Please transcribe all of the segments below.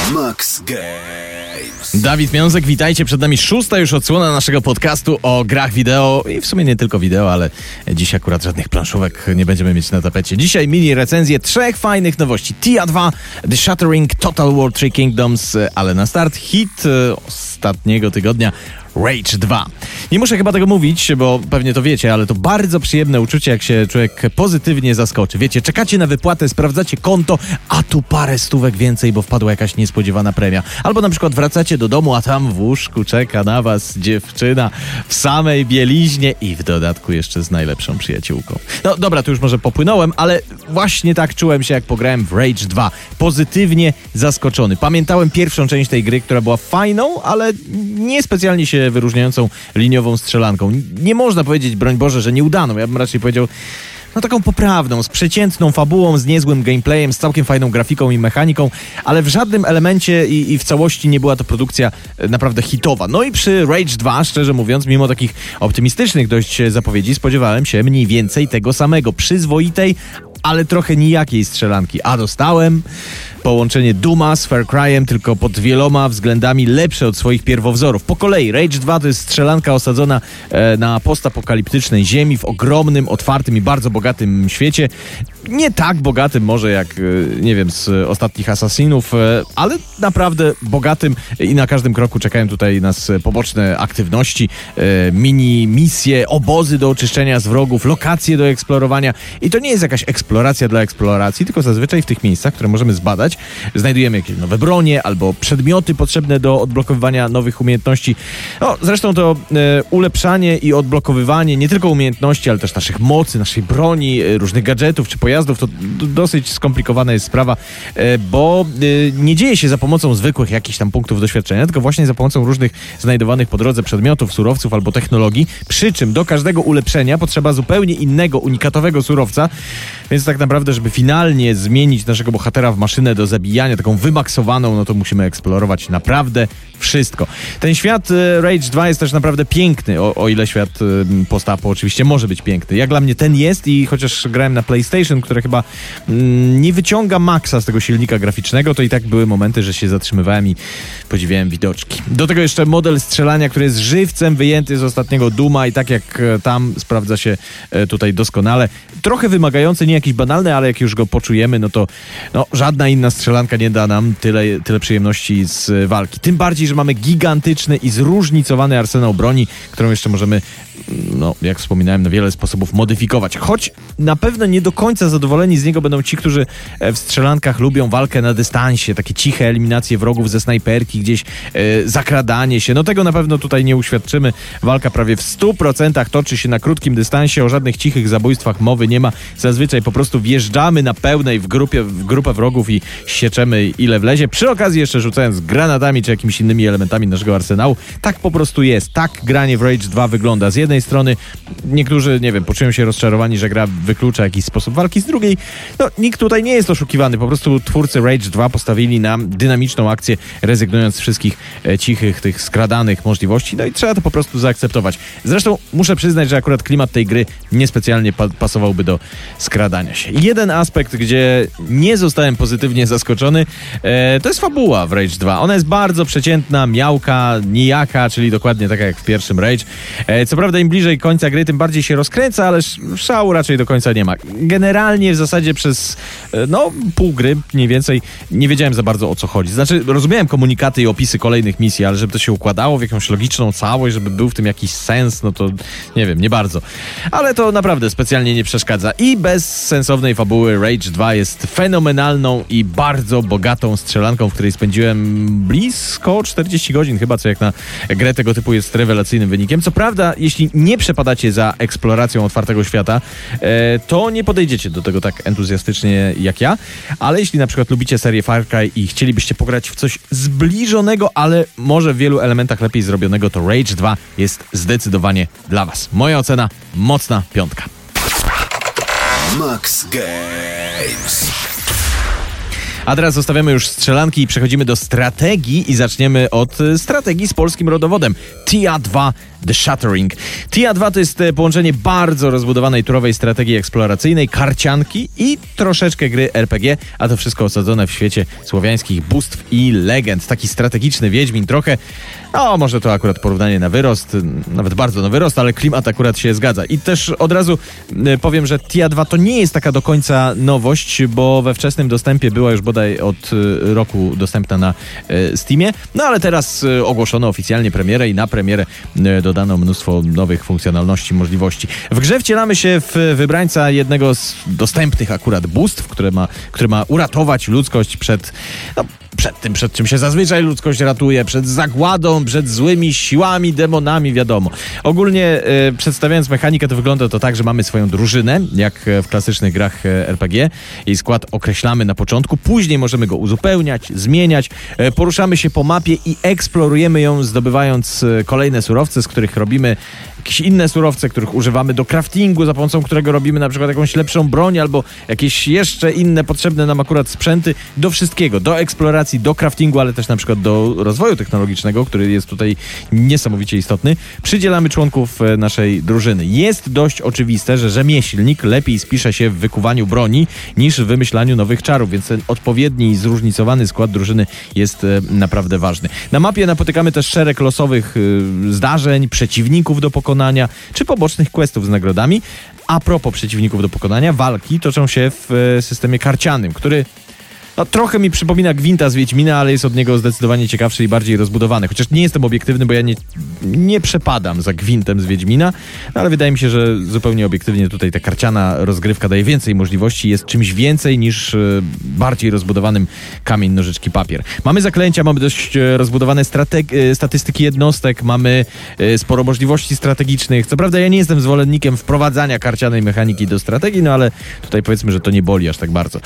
Max Games. Dawid Miązek, witajcie. Przed nami 6. już odsłona naszego podcastu o grach wideo i w sumie nie tylko wideo, ale dziś akurat żadnych planszówek nie będziemy mieć na tapecie. Dzisiaj mini recenzję 3 fajnych nowości. TIA 2, The Shattering, Total War 3 Kingdoms, ale na start hit ostatniego tygodnia, Rage 2. Nie muszę chyba tego mówić, bo pewnie to wiecie, ale to bardzo przyjemne uczucie, jak się człowiek pozytywnie zaskoczy. Wiecie, czekacie na wypłatę, sprawdzacie konto, a tu parę stówek więcej, bo wpadła jakaś niespodziewana premia. Albo na przykład wracacie do domu, a tam w łóżku czeka na was dziewczyna w samej bieliźnie i w dodatku jeszcze z najlepszą przyjaciółką. No dobra, tu już może popłynąłem, ale właśnie tak czułem się, jak pograłem w Rage 2. Pozytywnie zaskoczony. Pamiętałem pierwszą część tej gry, która była fajną, ale niespecjalnie się wyróżniającą liniową strzelanką. Nie można powiedzieć, broń Boże, że nieudaną. Ja bym raczej powiedział, no taką poprawną, z przeciętną fabułą, z niezłym gameplayem, z całkiem fajną grafiką i mechaniką, ale w żadnym elemencie i w całości nie była to produkcja naprawdę hitowa. No i przy Rage 2, szczerze mówiąc, mimo takich optymistycznych dość zapowiedzi, spodziewałem się mniej więcej tego samego. Przyzwoitej, ale trochę nijakiej strzelanki. A dostałem połączenie Duma z Far Cry'em, tylko pod wieloma względami lepsze od swoich pierwowzorów. Po kolei, Rage 2 to jest strzelanka osadzona na postapokaliptycznej ziemi, w ogromnym, otwartym i bardzo bogatym świecie. Nie tak bogatym może jak, nie wiem, z ostatnich Assassinów, ale naprawdę bogatym i na każdym kroku czekają tutaj nas poboczne aktywności, mini misje, obozy do oczyszczenia z wrogów, lokacje do eksplorowania. I to nie jest jakaś eksploracja dla eksploracji, tylko zazwyczaj w tych miejscach, które możemy zbadać, znajdujemy jakieś nowe bronie albo przedmioty potrzebne do odblokowywania nowych umiejętności. No, zresztą to ulepszanie i odblokowywanie nie tylko umiejętności, ale też naszych mocy, naszej broni, różnych gadżetów czy pojazdów, to dosyć skomplikowana jest sprawa, bo nie dzieje się za pomocą zwykłych jakichś tam punktów doświadczenia, tylko właśnie za pomocą różnych znajdowanych po drodze przedmiotów, surowców albo technologii, przy czym do każdego ulepszenia potrzeba zupełnie innego, unikatowego surowca, więc tak naprawdę, żeby finalnie zmienić naszego bohatera w maszynę do zabijania, taką wymaksowaną, no to musimy eksplorować naprawdę wszystko. Ten świat Rage 2 jest też naprawdę piękny, o ile świat post-apo oczywiście może być piękny. Jak dla mnie ten jest i chociaż grałem na PlayStation, które chyba nie wyciąga maksa z tego silnika graficznego, to i tak były momenty, że się zatrzymywałem i podziwiałem widoczki. Do tego jeszcze model strzelania, który jest żywcem wyjęty z ostatniego Duma i tak jak tam sprawdza się tutaj doskonale. Trochę wymagający, nie jakiś banalny, ale jak już go poczujemy, no to żadna inna strzelanka nie da nam tyle przyjemności z walki. Tym bardziej, że mamy gigantyczny i zróżnicowany arsenał broni, którą jeszcze możemy, jak wspominałem, na wiele sposobów modyfikować. Choć na pewno nie do końca zadowoleni z niego będą ci, którzy w strzelankach lubią walkę na dystansie, takie ciche eliminacje wrogów ze snajperki, gdzieś zakradanie się. No tego na pewno tutaj nie uświadczymy. Walka prawie w 100% toczy się na krótkim dystansie, o żadnych cichych zabójstwach mowy nie ma. Zazwyczaj po prostu wjeżdżamy na pełnej w grupę wrogów i sieczemy ile wlezie. Przy okazji jeszcze rzucając granatami czy jakimiś innymi elementami naszego arsenału. Tak po prostu jest. Tak granie w Rage 2 wygląda. Z jednej strony niektórzy, poczują się rozczarowani, że gra wyklucza jakiś sposób walki. Z drugiej, nikt tutaj nie jest oszukiwany. Po prostu twórcy Rage 2 postawili na dynamiczną akcję, rezygnując z wszystkich cichych, tych skradanych możliwości. No i trzeba to po prostu zaakceptować. Zresztą muszę przyznać, że akurat klimat tej gry niespecjalnie pasowałby do skradania się. Jeden aspekt, gdzie nie zostałem pozytywnie zaskoczony, to jest fabuła w Rage 2. Ona jest bardzo przeciętna, miałka, nijaka, czyli dokładnie taka jak w pierwszym Rage. Co prawda im bliżej końca gry, tym bardziej się rozkręca, ale szału raczej do końca nie ma. Generalnie w zasadzie przez pół gry mniej więcej nie wiedziałem za bardzo, o co chodzi. Znaczy, rozumiałem komunikaty i opisy kolejnych misji, ale żeby to się układało w jakąś logiczną całość, żeby był w tym jakiś sens, no to nie wiem, nie bardzo. Ale to naprawdę specjalnie nie przeszkadza. I bez sensownej fabuły Rage 2 jest fenomenalną i bardzo bogatą strzelanką, w której spędziłem blisko 40 godzin chyba, co jak na grę tego typu jest rewelacyjnym wynikiem. Co prawda, jeśli nie przepadacie za eksploracją otwartego świata, to nie podejdziecie do tego tak entuzjastycznie jak ja, ale jeśli na przykład lubicie serię Far Cry i chcielibyście pograć w coś zbliżonego, ale może w wielu elementach lepiej zrobionego, to Rage 2 jest zdecydowanie dla was. Moja ocena, mocna 5. Max Games. A teraz zostawiamy już strzelanki i przechodzimy do strategii i zaczniemy od strategii z polskim rodowodem. TIA 2 The Shattering. TIA 2 to jest połączenie bardzo rozbudowanej turowej strategii eksploracyjnej, karcianki i troszeczkę gry RPG, a to wszystko osadzone w świecie słowiańskich bóstw i legend. Taki strategiczny Wiedźmin trochę, no może to akurat porównanie na wyrost, nawet bardzo na wyrost, ale klimat akurat się zgadza. I też od razu powiem, że TIA 2 to nie jest taka do końca nowość, bo we wczesnym dostępie była już bodaj od roku dostępna na Steamie, no ale teraz ogłoszono oficjalnie premierę i na premierę dodano mnóstwo nowych funkcjonalności, możliwości. W grze wcielamy się w wybrańca jednego z dostępnych akurat bóstw, które ma uratować ludzkość przed tym, przed czym się zazwyczaj ludzkość ratuje, przed zagładą, przed złymi siłami, demonami, wiadomo. Ogólnie przedstawiając mechanikę, to wygląda to tak, że mamy swoją drużynę, jak w klasycznych grach RPG. Jej skład określamy na początku, później możemy go uzupełniać, zmieniać, poruszamy się po mapie i eksplorujemy ją, zdobywając kolejne surowce, z których robimy jakieś inne surowce, których używamy do craftingu, za pomocą którego robimy na przykład jakąś lepszą broń albo jakieś jeszcze inne potrzebne nam akurat sprzęty, do wszystkiego, do eksploracji, do craftingu, ale też na przykład do rozwoju technologicznego, który jest tutaj niesamowicie istotny. Przydzielamy członków naszej drużyny. Jest dość oczywiste, że rzemieślnik lepiej spisze się w wykuwaniu broni niż w wymyślaniu nowych czarów, więc ten odpowiedni i zróżnicowany skład drużyny jest naprawdę ważny. Na mapie napotykamy też szereg losowych zdarzeń, przeciwników do pokonania, czy pobocznych questów z nagrodami. A propos przeciwników do pokonania, walki toczą się w systemie karcianym, który trochę mi przypomina Gwinta z Wiedźmina, ale jest od niego zdecydowanie ciekawszy i bardziej rozbudowany. Chociaż nie jestem obiektywny, bo ja nie przepadam za Gwintem z Wiedźmina, ale wydaje mi się, że zupełnie obiektywnie tutaj ta karciana rozgrywka daje więcej możliwości, jest czymś więcej niż bardziej rozbudowanym kamień, nożyczki, papier. Mamy zaklęcia, mamy dość rozbudowane statystyki jednostek, mamy sporo możliwości strategicznych. Co prawda ja nie jestem zwolennikiem wprowadzania karcianej mechaniki do strategii, no ale tutaj powiedzmy, że to nie boli aż tak bardzo.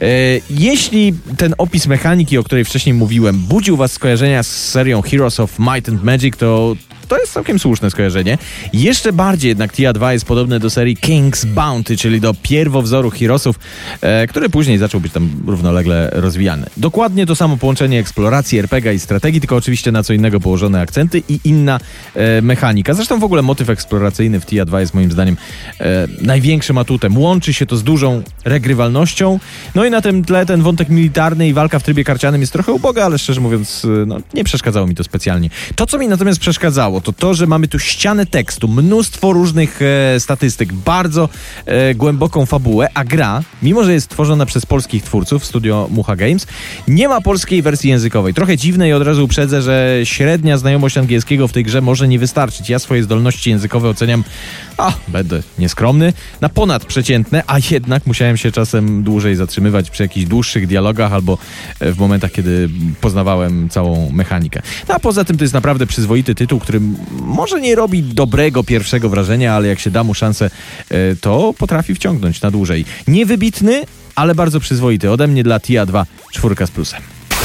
Jeśli ten opis mechaniki, o której wcześniej mówiłem, budził was skojarzenia z serią Heroes of Might and Magic, to jest całkiem słuszne skojarzenie. Jeszcze bardziej jednak TIA 2 jest podobne do serii King's Bounty, czyli do pierwowzoru Heroesów, który później zaczął być tam równolegle rozwijany. Dokładnie to samo połączenie eksploracji, RPG i strategii, tylko oczywiście na co innego położone akcenty i inna mechanika. Zresztą w ogóle motyw eksploracyjny w TIA 2 jest moim zdaniem największym atutem. Łączy się to z dużą regrywalnością. No i na tym tle ten wątek militarny i walka w trybie karcianym jest trochę uboga, ale szczerze mówiąc nie przeszkadzało mi to specjalnie. To, co mi natomiast przeszkadzało, to, że mamy tu ścianę tekstu, mnóstwo różnych statystyk, bardzo głęboką fabułę, a gra, mimo że jest tworzona przez polskich twórców, studio Mucha Games, nie ma polskiej wersji językowej. Trochę dziwne i od razu uprzedzę, że średnia znajomość angielskiego w tej grze może nie wystarczyć. Ja swoje zdolności językowe oceniam, będę nieskromny, na ponadprzeciętne, a jednak musiałem się czasem dłużej zatrzymywać przy jakichś dłuższych dialogach albo w momentach, kiedy poznawałem całą mechanikę. No, a poza tym to jest naprawdę przyzwoity tytuł, który może nie robi dobrego pierwszego wrażenia, ale jak się da mu szansę, to potrafi wciągnąć na dłużej. Niewybitny, ale bardzo przyzwoity. Ode mnie dla TIA 2 4 z plusem.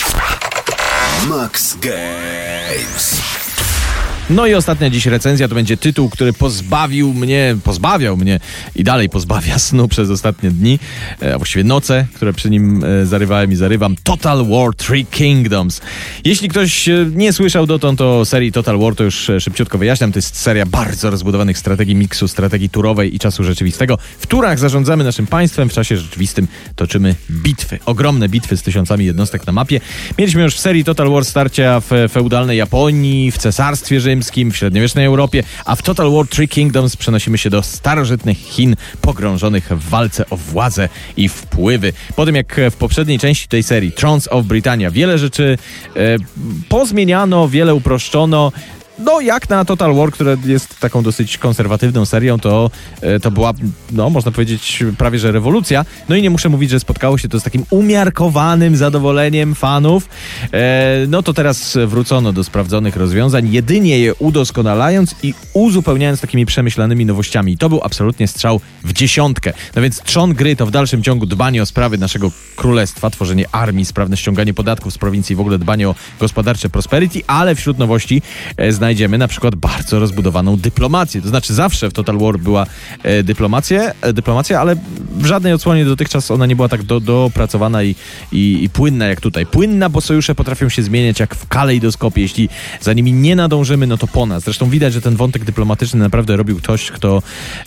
Max Games. No i ostatnia dziś recenzja to będzie tytuł, który pozbawiał mnie i dalej pozbawia snu przez ostatnie dni, a właściwie noce, które przy nim zarywałem i zarywam. Total War 3 Kingdoms. Jeśli ktoś nie słyszał dotąd o serii Total War, to już szybciutko wyjaśniam. To jest seria bardzo rozbudowanych strategii miksu, strategii turowej i czasu rzeczywistego. W turach zarządzamy naszym państwem, w czasie rzeczywistym toczymy bitwy. Ogromne bitwy z tysiącami jednostek na mapie. Mieliśmy już w serii Total War starcia w feudalnej Japonii, w Cesarstwie Rzymskim, w średniowiecznej Europie, a w Total War 3 Kingdoms przenosimy się do starożytnych Chin, pogrążonych w walce o władzę i wpływy. Po tym jak w poprzedniej części tej serii Thrones of Britannia wiele rzeczy pozmieniano, wiele uproszczono. No jak na Total War, które jest taką dosyć konserwatywną serią, to była, można powiedzieć, prawie że rewolucja. No i nie muszę mówić, że spotkało się to z takim umiarkowanym zadowoleniem fanów. No to teraz wrócono do sprawdzonych rozwiązań, jedynie je udoskonalając i uzupełniając takimi przemyślanymi nowościami. I to był absolutnie strzał w dziesiątkę. No więc trzon gry to w dalszym ciągu dbanie o sprawy naszego królestwa, tworzenie armii, sprawne ściąganie podatków z prowincji, w ogóle dbanie o gospodarcze prosperity, ale wśród nowości znajdziemy znajdziemy na przykład bardzo rozbudowaną dyplomację. To znaczy zawsze w Total War była dyplomacja, ale w żadnej odsłonie dotychczas ona nie była tak dopracowana i płynna jak tutaj. Płynna, bo sojusze potrafią się zmieniać jak w kalejdoskopie. Jeśli za nimi nie nadążymy, no to po nas. Zresztą widać, że ten wątek dyplomatyczny naprawdę robił ktoś, kto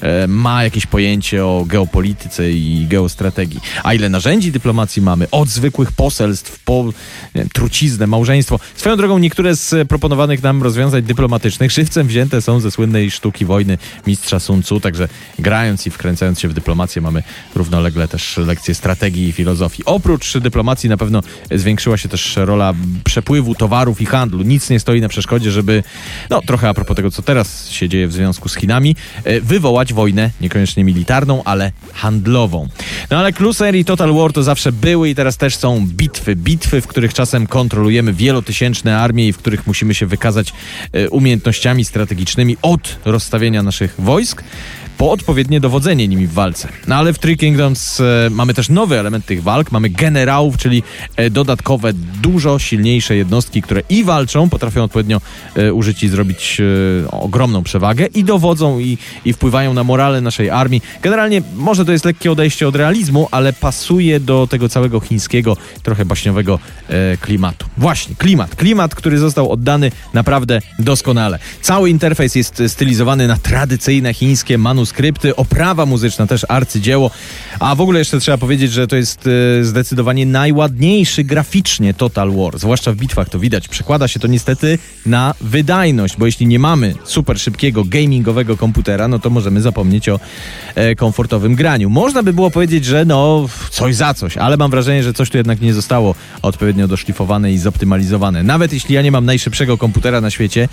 ma jakieś pojęcie o geopolityce i geostrategii. A ile narzędzi dyplomacji mamy? Od zwykłych poselstw po truciznę, małżeństwo. Swoją drogą niektóre z proponowanych nam rozwiązań dyplomatycznych żywcem wzięte są ze słynnej sztuki wojny mistrza Sun Tzu, także grając i wkręcając się w dyplomację mamy równolegle też lekcje strategii i filozofii. Oprócz dyplomacji na pewno zwiększyła się też rola przepływu towarów i handlu. Nic nie stoi na przeszkodzie, żeby, trochę a propos tego, co teraz się dzieje w związku z Chinami, wywołać wojnę, niekoniecznie militarną, ale handlową. No ale clue serii Total War to zawsze były i teraz też są bitwy, w których czasem kontrolujemy wielotysięczne armie i w których musimy się wykazać umiejętnościami strategicznymi od rozstawienia naszych wojsk po odpowiednie dowodzenie nimi w walce. No ale w Three Kingdoms mamy też nowy element tych walk. Mamy generałów, czyli dodatkowe, dużo silniejsze jednostki, które i walczą, potrafią odpowiednio użyć i zrobić ogromną przewagę i dowodzą i wpływają na morale naszej armii. Generalnie może to jest lekkie odejście od realizmu, ale pasuje do tego całego chińskiego, trochę baśniowego klimatu. Właśnie, klimat, który został oddany naprawdę doskonale. Cały interfejs jest stylizowany na tradycyjne chińskie manuskrypty, oprawa muzyczna też arcydzieło, a w ogóle jeszcze trzeba powiedzieć, że to jest zdecydowanie najładniejszy graficznie Total War, zwłaszcza w bitwach to widać. Przekłada się to niestety na wydajność, bo jeśli nie mamy super szybkiego gamingowego komputera, no to możemy zapomnieć o komfortowym graniu. Można by było powiedzieć, że coś za coś, ale mam wrażenie, że coś tu jednak nie zostało odpowiednio doszlifowane i zoptymalizowane. Nawet jeśli ja nie mam najszybszego komputera na świecie,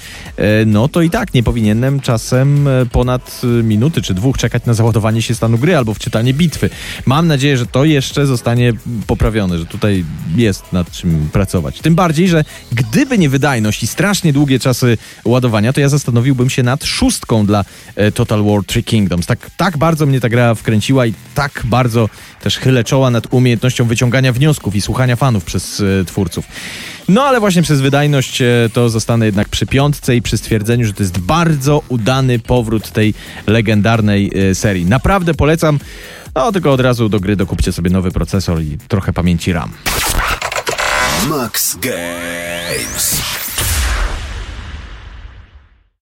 to i tak nie powinienem czasem ponad minuty czy dwóch czekać na załadowanie się stanu gry albo wczytanie bitwy. Mam nadzieję, że to jeszcze zostanie poprawione, że tutaj jest nad czym pracować. Tym bardziej, że gdyby nie wydajność i strasznie długie czasy ładowania, to ja zastanowiłbym się nad 6 dla Total War Three Kingdoms. Tak bardzo mnie ta gra wkręciła i tak bardzo też chylę czoła nad umiejętnością wyciągania wniosków i słuchania fanów przez twórców. No ale właśnie przez wydajność to zostanę jednak przy 5 i przy stwierdzeniu, że to jest bardzo udany powrót tej legendarnej serii. Naprawdę polecam, tylko od razu do gry dokupcie sobie nowy procesor i trochę pamięci RAM. Max Games.